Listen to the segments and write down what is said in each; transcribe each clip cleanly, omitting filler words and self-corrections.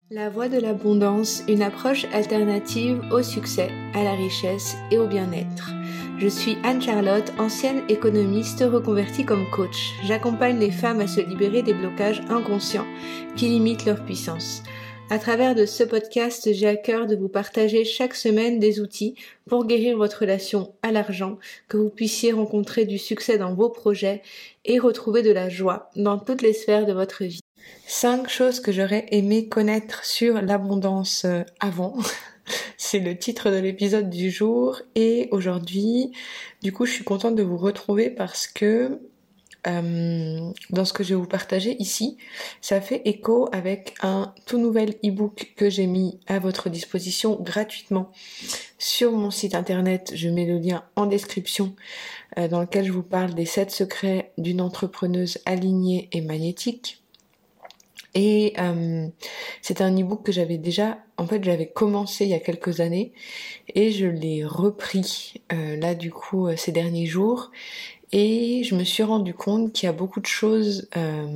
La voie de l'abondance, une approche alternative au succès, à la richesse et au bien-être. Je suis Anne-Charlotte, ancienne économiste reconvertie comme coach. J'accompagne les femmes à se libérer des blocages inconscients qui limitent leur puissance. À travers de ce podcast, j'ai à cœur de vous partager chaque semaine des outils pour guérir votre relation à l'argent, que vous puissiez rencontrer du succès dans vos projets et retrouver de la joie dans toutes les sphères de votre vie. 5 choses que j'aurais aimé connaître sur l'abondance avant. C'est le titre de l'épisode du jour. Et aujourd'hui, du coup, je suis contente de vous retrouver parce que dans ce que je vais vous partager ici, ça fait écho avec un tout nouvel e-book que j'ai mis à votre disposition gratuitement sur mon site internet. Je mets le lien en description dans lequel je vous parle des 7 secrets d'une entrepreneuse alignée et magnétique. Et c'est un e-book que j'avais commencé il y a quelques années et je l'ai repris ces derniers jours et je me suis rendu compte qu'il y a beaucoup de choses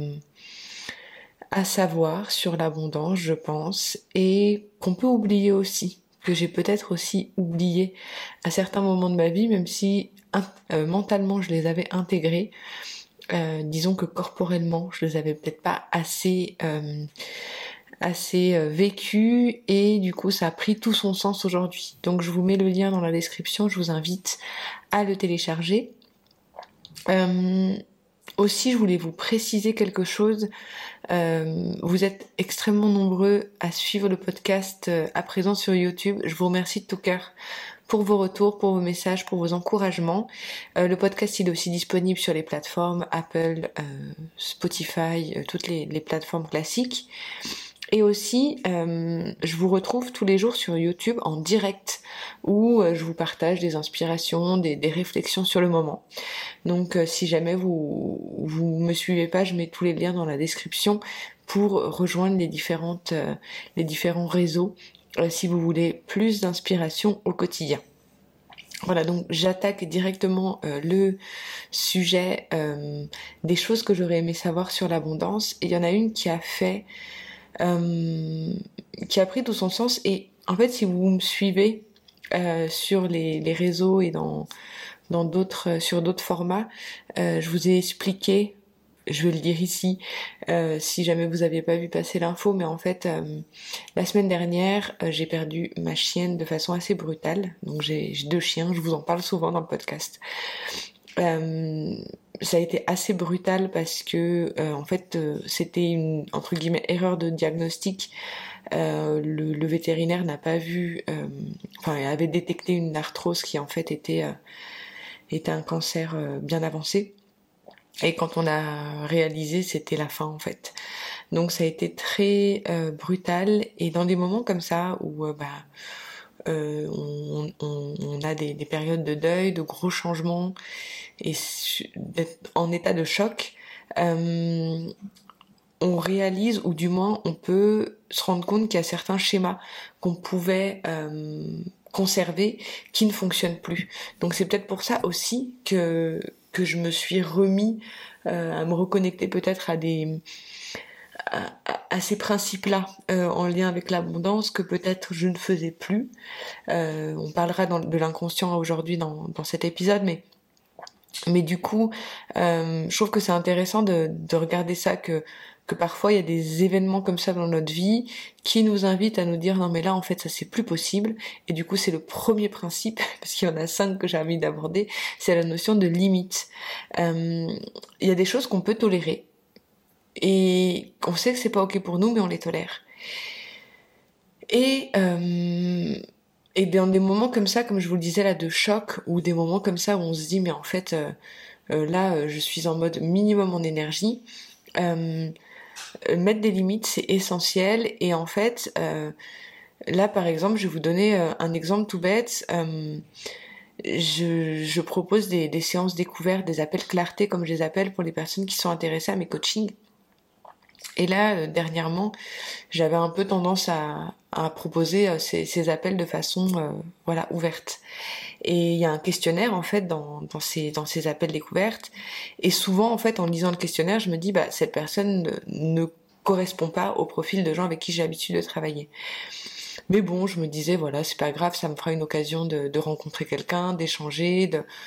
à savoir sur l'abondance, je pense, et qu'on peut oublier aussi, que j'ai peut-être aussi oublié à certains moments de ma vie, même si mentalement je les avais intégrés. Disons que corporellement, je les avais peut-être pas assez vécu et du coup ça a pris tout son sens aujourd'hui. Donc je vous mets le lien dans la description, je vous invite à le télécharger. Aussi, je voulais vous préciser quelque chose. Vous êtes extrêmement nombreux à suivre le podcast à présent sur YouTube. Je vous remercie de tout cœur pour vos retours, pour vos messages, pour vos encouragements. Le podcast, il est aussi disponible sur les plateformes Apple, Spotify, toutes les plateformes classiques. Et aussi, je vous retrouve tous les jours sur YouTube en direct où je vous partage des inspirations, des réflexions sur le moment. Donc si jamais vous me suivez pas, je mets tous les liens dans la description pour rejoindre les différents réseaux si vous voulez plus d'inspiration au quotidien. Voilà, donc j'attaque directement le sujet des choses que j'aurais aimé savoir sur l'abondance. Et il y en a une qui a pris tout son sens. Et en fait, si vous me suivez sur les réseaux et sur d'autres formats, je vous ai expliqué, je vais le dire ici, si jamais vous aviez pas vu passer l'info, mais en fait, la semaine dernière, j'ai perdu ma chienne de façon assez brutale. Donc j'ai 2 chiens, je vous en parle souvent dans le podcast. Ça a été assez brutal parce que c'était une entre guillemets erreur de diagnostic. Le vétérinaire n'a pas vu, avait détecté une arthrose qui en fait était un cancer bien avancé. Et quand on a réalisé, c'était la fin en fait. Donc ça a été très brutal. Et dans des moments comme ça où on a des périodes de deuil, de gros changements et d'être en état de choc, on réalise, ou du moins on peut se rendre compte qu'il y a certains schémas qu'on pouvait conserver qui ne fonctionnent plus. Donc c'est peut-être pour ça aussi que je me suis remis à me reconnecter peut-être à ces principes-là en lien avec l'abondance que peut-être je ne faisais plus. On parlera de l'inconscient aujourd'hui dans cet épisode, mais du coup, je trouve que c'est intéressant de regarder ça, que parfois il y a des événements comme ça dans notre vie qui nous invitent à nous dire non mais là en fait ça c'est plus possible. Et du coup c'est le premier principe, parce qu'il y en a 5 que j'ai envie d'aborder, c'est la notion de limite. Il y a des choses qu'on peut tolérer et on sait que c'est pas ok pour nous, mais on les tolère. Et bien des moments comme ça, comme je vous le disais là, de choc, ou des moments comme ça où on se dit mais en fait je suis en mode minimum en énergie, mettre des limites c'est essentiel. Et en fait là par exemple je vais vous donner un exemple tout bête. Je propose des séances découvertes, des appels clarté comme je les appelle, pour les personnes qui sont intéressées à mes coachings. Et là, dernièrement, j'avais un peu tendance à proposer ces appels de façon ouverte. Et il y a un questionnaire en fait dans ces appels découvertes. Et souvent en fait en lisant le questionnaire, je me dis cette personne ne correspond pas au profil de gens avec qui j'ai l'habitude de travailler. Mais bon, je me disais, voilà, c'est pas grave, ça me fera une occasion de rencontrer quelqu'un, d'échanger,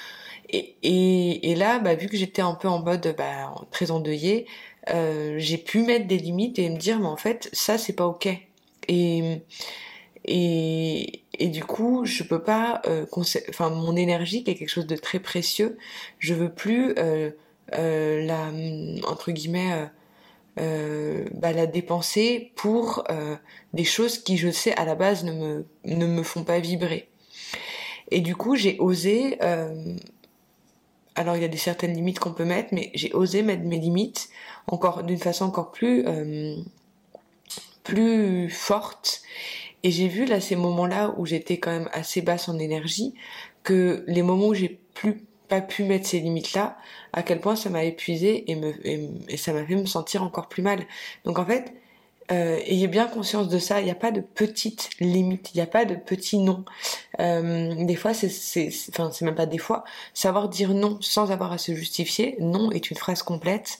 et là, vu que j'étais un peu en mode très endeuillée, j'ai pu mettre des limites et me dire, mais en fait, ça, c'est pas ok. Et, et du coup, je peux pas, mon énergie, qui est quelque chose de très précieux, je veux plus la, entre guillemets, la dépenser pour des choses qui, je sais, à la base ne me font pas vibrer. Et du coup, j'ai osé, alors il y a certaines limites qu'on peut mettre, mais j'ai osé mettre mes limites encore d'une façon encore plus forte. Et j'ai vu là ces moments-là où j'étais quand même assez basse en énergie, que les moments où j'ai pas pu mettre ces limites-là, à quel point ça m'a épuisée et ça m'a fait me sentir encore plus mal. Donc en fait, ayez bien conscience de ça, il n'y a pas de petites limites, il n'y a pas de petits non. Des fois, c'est même pas des fois, savoir dire non sans avoir à se justifier, non est une phrase complète.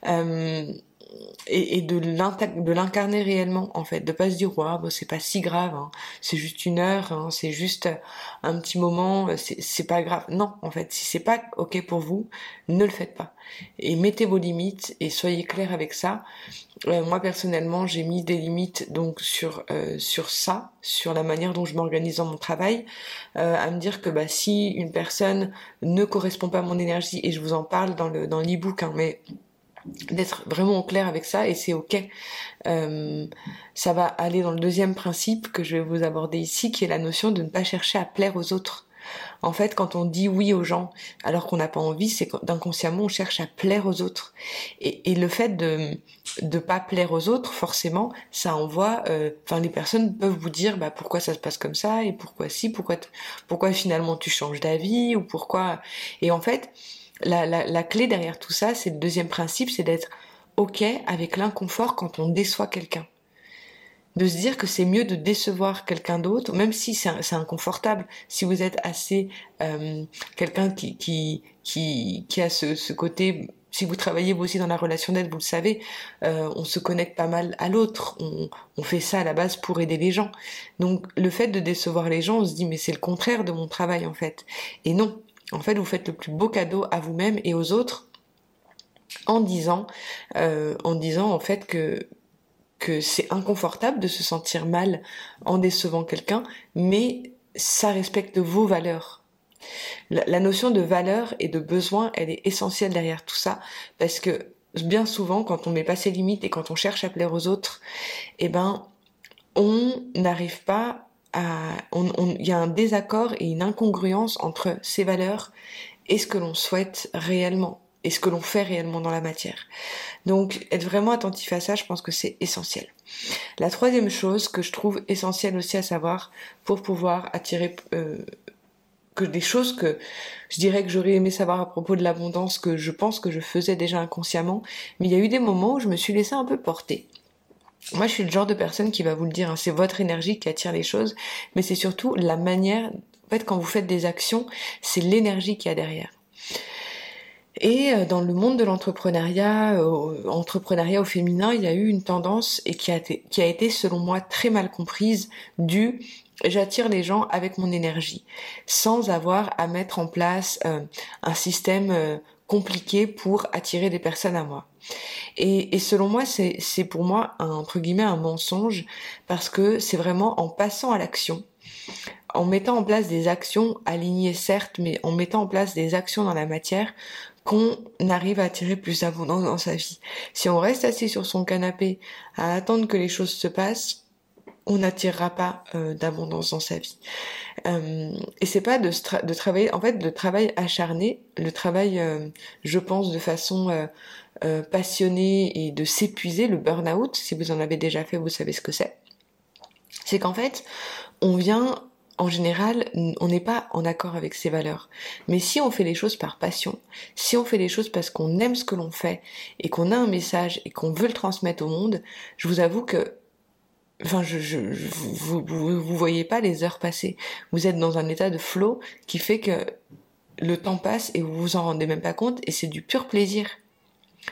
Et de l'incarner réellement, en fait, de pas se dire c'est pas si grave, hein, c'est juste une heure, hein, c'est juste un petit moment, c'est pas grave. Non, en fait, si c'est pas ok pour vous, ne le faites pas et mettez vos limites et soyez clair avec ça. Moi personnellement, j'ai mis des limites donc sur ça, sur la manière dont je m'organise dans mon travail, à me dire que si une personne ne correspond pas à mon énergie, et je vous en parle dans l'e-book, hein, mais d'être vraiment au clair avec ça, et c'est ok. Ça va aller dans le deuxième principe que je vais vous aborder ici, qui est la notion de ne pas chercher à plaire aux autres. En fait, quand on dit oui aux gens alors qu'on n'a pas envie, c'est qu'inconsciemment on cherche à plaire aux autres. Et le fait de pas plaire aux autres, forcément, ça envoie. Les personnes peuvent vous dire pourquoi ça se passe comme ça, et pourquoi pourquoi finalement tu changes d'avis, ou pourquoi. Et en fait, la clé derrière tout ça, c'est le deuxième principe, c'est d'être ok avec l'inconfort quand on déçoit quelqu'un. De se dire que c'est mieux de décevoir quelqu'un d'autre, même si c'est inconfortable. Si vous êtes assez quelqu'un qui a ce côté, si vous travaillez vous aussi dans la relation d'aide, vous le savez, on se connecte pas mal à l'autre. On fait ça à la base pour aider les gens. Donc le fait de décevoir les gens, on se dit mais c'est le contraire de mon travail en fait. Et non, en fait vous faites le plus beau cadeau à vous-même et aux autres en disant en fait que c'est inconfortable de se sentir mal en décevant quelqu'un, mais ça respecte vos valeurs. La notion de valeur et de besoin, elle est essentielle derrière tout ça, parce que bien souvent, quand on met pas ses limites et quand on cherche à plaire aux autres, on n'arrive pas il y a un désaccord et une incongruence entre ces valeurs et ce que l'on souhaite réellement, et ce que l'on fait réellement dans la matière. Donc, être vraiment attentif à ça, je pense que c'est essentiel. La troisième chose que je trouve essentielle aussi à savoir pour pouvoir attirer que des choses que je dirais que j'aurais aimé savoir à propos de l'abondance, que je pense que je faisais déjà inconsciemment, mais il y a eu des moments où je me suis laissée un peu porter. Moi, je suis le genre de personne qui va vous le dire, hein, c'est votre énergie qui attire les choses, mais c'est surtout la manière, en fait, quand vous faites des actions, c'est l'énergie qu'il y a derrière. Et dans le monde de l'entrepreneuriat, entrepreneuriat au féminin, il y a eu une tendance et qui a été selon moi très mal comprise du j'attire les gens avec mon énergie, sans avoir à mettre en place un système compliqué pour attirer des personnes à moi. Et selon moi, c'est pour moi entre guillemets un mensonge, parce que c'est vraiment en passant à l'action, en mettant en place des actions alignées certes, mais en mettant en place des actions dans la matière, qu'on arrive à attirer plus d'abondance dans sa vie. Si on reste assis sur son canapé à attendre que les choses se passent, on n'attirera pas d'abondance dans sa vie. Et c'est pas de travailler, en fait, le travail acharné, le travail, je pense, de façon passionnée et de s'épuiser, le burn-out, si vous en avez déjà fait, vous savez ce que c'est. C'est qu'en fait, on vient... En général, on n'est pas en accord avec ses valeurs. Mais si on fait les choses par passion, si on fait les choses parce qu'on aime ce que l'on fait et qu'on a un message et qu'on veut le transmettre au monde, je vous avoue que, vous voyez pas les heures passer. Vous êtes dans un état de flow qui fait que le temps passe et vous vous en rendez même pas compte, et c'est du pur plaisir.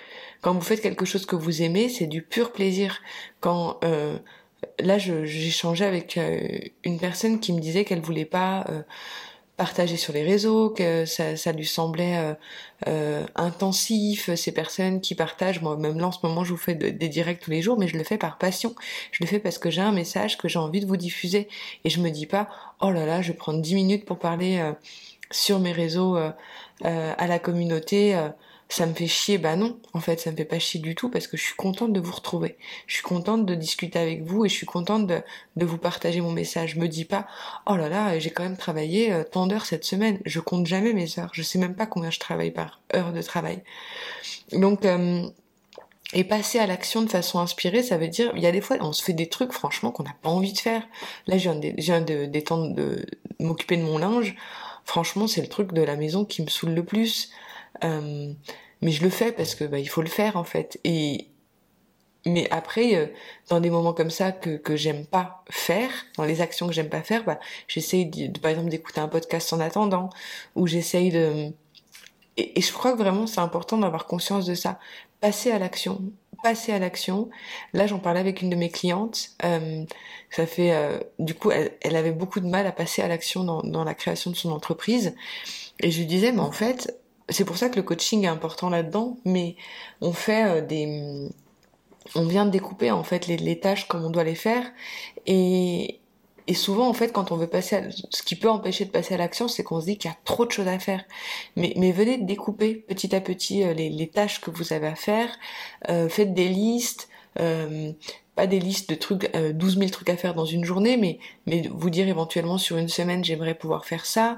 quand vous faites quelque chose que vous aimez, c'est du pur plaisir. Quand là, j'échangeais avec une personne qui me disait qu'elle voulait pas partager sur les réseaux, que ça lui semblait intensif, ces personnes qui partagent. Moi, même là, en ce moment, je vous fais des directs tous les jours, mais je le fais par passion. Je le fais parce que j'ai un message que j'ai envie de vous diffuser. Et je me dis pas, oh là là, je vais prendre 10 minutes pour parler sur mes réseaux à la communauté, ça me fait chier. Bah non, en fait, ça me fait pas chier du tout parce que je suis contente de vous retrouver. Je suis contente de discuter avec vous et je suis contente de vous partager mon message. Je me dis pas, oh là là, j'ai quand même travaillé tant d'heures cette semaine. Je compte jamais mes heures. Je sais même pas combien je travaille par heure de travail. Donc, et passer à l'action de façon inspirée, ça veut dire, il y a des fois, on se fait des trucs, franchement, qu'on n'a pas envie de faire. Là, je viens de m'occuper de mon linge. Franchement, c'est le truc de la maison qui me saoule le plus. Mais je le fais parce que il faut le faire en fait. Mais après, dans des moments comme ça que j'aime pas faire, dans les actions que j'aime pas faire, j'essaye par exemple d'écouter un podcast en attendant, ou j'essaye de... Et je crois que vraiment c'est important d'avoir conscience de ça. Passer à l'action. Passer à l'action. Là, j'en parlais avec une de mes clientes. Ça fait, du coup, elle avait beaucoup de mal à passer à l'action dans la création de son entreprise. Et je lui disais, mais en fait, c'est pour ça que le coaching est important là-dedans. Mais on fait on vient de découper en fait les tâches comme on doit les faire. Et souvent, en fait, quand on veut ce qui peut empêcher de passer à l'action, c'est qu'on se dit qu'il y a trop de choses à faire. Mais venez découper petit à petit les tâches que vous avez à faire. Faites des listes, pas des listes de trucs, 12 000 trucs à faire dans une journée, mais vous dire éventuellement sur une semaine, j'aimerais pouvoir faire ça.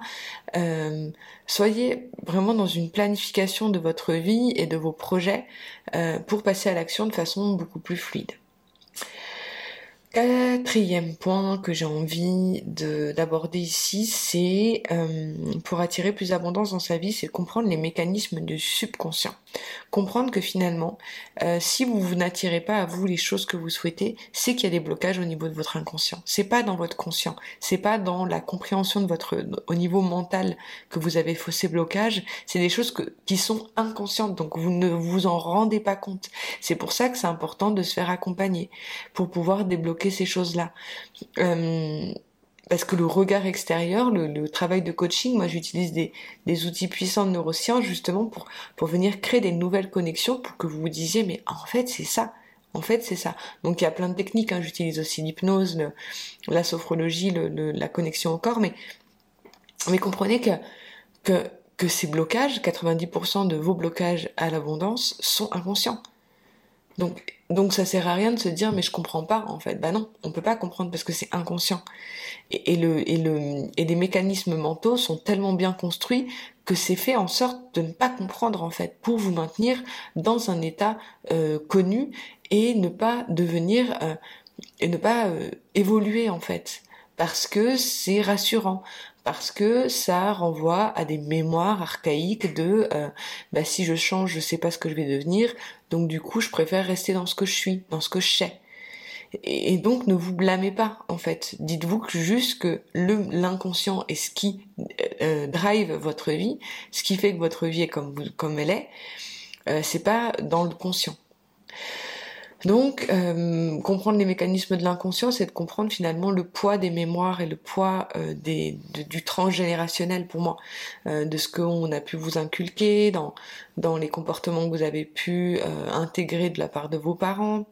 Soyez vraiment dans une planification de votre vie et de vos projets pour passer à l'action de façon beaucoup plus fluide. Quatrième point que j'ai envie d'aborder ici, c'est pour attirer plus d'abondance dans sa vie, c'est comprendre les mécanismes du subconscient. Comprendre que finalement, si vous n'attirez pas à vous les choses que vous souhaitez, c'est qu'il y a des blocages au niveau de votre inconscient. C'est pas dans votre conscient, c'est pas dans la compréhension de au niveau mental que vous avez ces blocages, c'est des choses qui sont inconscientes, donc vous ne vous en rendez pas compte. C'est pour ça que c'est important de se faire accompagner pour pouvoir débloquer ces choses-là. Parce que le regard extérieur, le travail de coaching, moi j'utilise des outils puissants de neurosciences justement pour venir créer des nouvelles connexions pour que vous vous disiez mais en fait c'est ça. En fait, c'est ça. Donc il y a plein de techniques, hein. J'utilise aussi l'hypnose, la sophrologie, la connexion au corps, mais comprenez que ces blocages, 90% de vos blocages à l'abondance sont inconscients. Donc ça sert à rien de se dire mais je comprends pas en fait. Bah non, on peut pas comprendre parce que c'est inconscient. Et des mécanismes mentaux sont tellement bien construits que c'est fait en sorte de ne pas comprendre en fait pour vous maintenir dans un état connu et ne pas devenir et ne pas évoluer en fait parce que c'est rassurant. Parce que ça renvoie à des mémoires archaïques de si je change, je sais pas ce que je vais devenir, donc du coup je préfère rester dans ce que je suis, dans ce que je sais. Et donc ne vous blâmez pas en fait. Dites-vous que juste que l'inconscient est ce qui drive votre vie, ce qui fait que votre vie est comme elle est, c'est pas dans le conscient. Donc, comprendre les mécanismes de l'inconscient, c'est de comprendre finalement le poids des mémoires et le poids du transgénérationnel pour moi, de ce qu'on a pu vous inculquer dans les comportements que vous avez pu intégrer de la part de vos parents.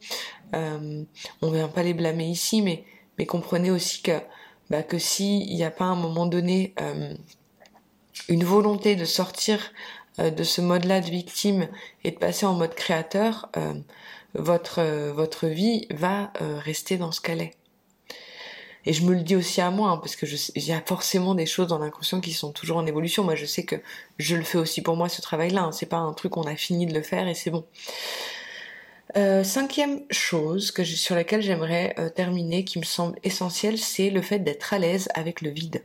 On vient pas les blâmer ici, mais comprenez aussi que s'il n'y a pas à un moment donné une volonté de sortir de ce mode-là de victime et de passer en mode créateur, votre vie va rester dans ce qu'elle est. Et je me le dis aussi à moi, hein, parce que il y a forcément des choses dans l'inconscient qui sont toujours en évolution. Moi, je sais que je le fais aussi pour moi, ce travail-là. Hein. C'est pas un truc qu'on a fini de le faire et c'est bon. Cinquième chose sur laquelle j'aimerais terminer, qui me semble essentielle, c'est le fait d'être à l'aise avec le vide.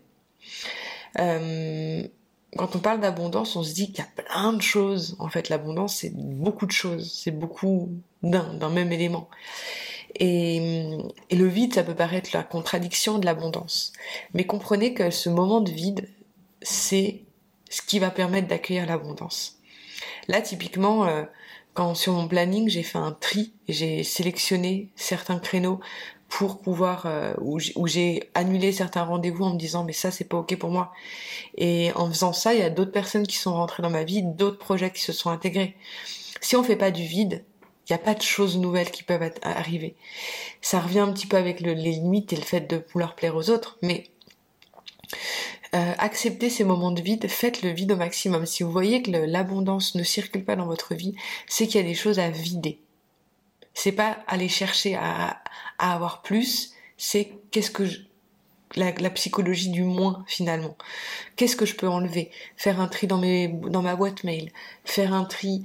Quand on parle d'abondance, on se dit qu'il y a plein de choses. En fait, l'abondance, c'est beaucoup de choses. C'est beaucoup d'un même élément. Et le vide, ça peut paraître la contradiction de l'abondance. Mais comprenez que ce moment de vide, c'est ce qui va permettre d'accueillir l'abondance. Là, typiquement, Quand sur mon planning, j'ai fait un tri, et j'ai sélectionné certains créneaux pour pouvoir où j'ai annulé certains rendez-vous en me disant mais ça c'est pas ok pour moi. Et en faisant ça, il y a d'autres personnes qui sont rentrées dans ma vie, d'autres projets qui se sont intégrés. Si on fait pas du vide, il n'y a pas de choses nouvelles qui peuvent arriver. Ça revient un petit peu avec les limites et le fait de vouloir plaire aux autres, mais acceptez ces moments de vide, faites le vide au maximum. Si vous voyez que l'abondance ne circule pas dans votre vie, c'est qu'il y a des choses à vider. C'est pas aller chercher à avoir plus, c'est la psychologie du moins finalement. Qu'est-ce que je peux enlever? Faire un tri dans ma boîte mail, faire un tri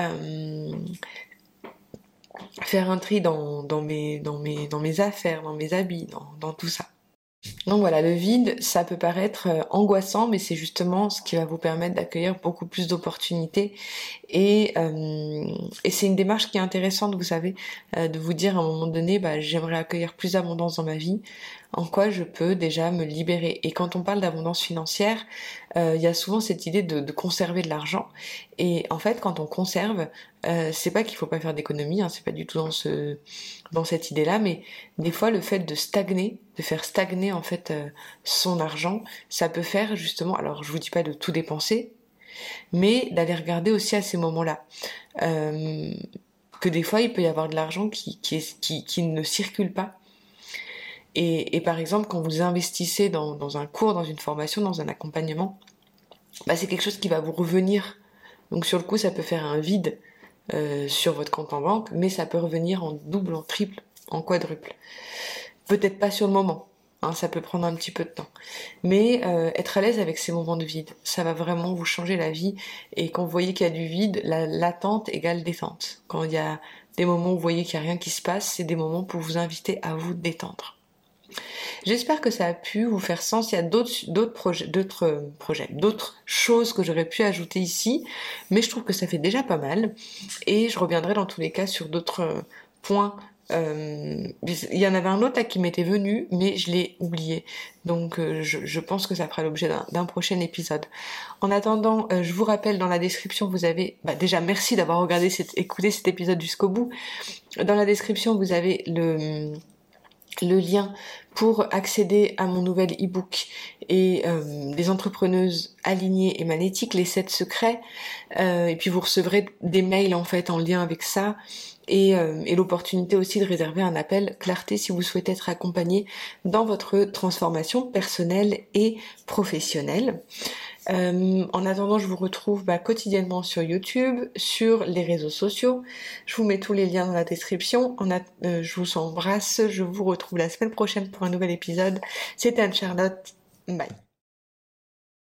dans mes affaires, dans mes habits, dans tout ça. Donc voilà, le vide, ça peut paraître angoissant, mais c'est justement ce qui va vous permettre d'accueillir beaucoup plus d'opportunités. Et c'est une démarche qui est intéressante, vous savez, de vous dire à un moment donné, j'aimerais accueillir plus d'abondance dans ma vie. En quoi je peux déjà me libérer. Et quand on parle d'abondance financière, il y a souvent cette idée de conserver de l'argent. Et en fait, quand on conserve, c'est pas qu'il faut pas faire d'économie, c'est pas du tout dans cette idée-là, mais des fois le fait de faire stagner en fait son argent, ça peut faire justement, alors je vous dis pas de tout dépenser, mais d'aller regarder aussi à ces moments-là. Que des fois il peut y avoir de l'argent qui ne circule pas. Et par exemple, quand vous investissez dans un cours, dans une formation, dans un accompagnement, c'est quelque chose qui va vous revenir. Donc sur le coup, ça peut faire un vide sur votre compte en banque, mais ça peut revenir en double, en triple, en quadruple. Peut-être pas sur le moment, ça peut prendre un petit peu de temps. Mais être à l'aise avec ces moments de vide, ça va vraiment vous changer la vie. Et quand vous voyez qu'il y a du vide, l'attente égale détente. Quand il y a des moments où vous voyez qu'il n'y a rien qui se passe, c'est des moments pour vous inviter à vous détendre. J'espère que ça a pu vous faire sens. Il y a d'autres choses que j'aurais pu ajouter ici, mais je trouve que ça fait déjà pas mal. Et je reviendrai dans tous les cas sur d'autres points. Il y en avait un autre là qui m'était venu, mais je l'ai oublié. Donc je pense que ça fera l'objet d'un prochain épisode. En attendant, je vous rappelle, dans la description, vous avez... déjà, merci d'avoir écouté cet épisode jusqu'au bout. Dans la description, vous avez le lien pour accéder à mon nouvel e-book et des entrepreneuses alignées et magnétiques, les 7 secrets, et puis vous recevrez des mails en fait en lien avec ça, et l'opportunité aussi de réserver un appel clarté si vous souhaitez être accompagné dans votre transformation personnelle et professionnelle. En attendant, je vous retrouve quotidiennement sur YouTube, sur les réseaux sociaux. Je vous mets tous les liens dans la description. Je vous embrasse. Je vous retrouve la semaine prochaine pour un nouvel épisode. C'était Anne-Charlotte. Bye.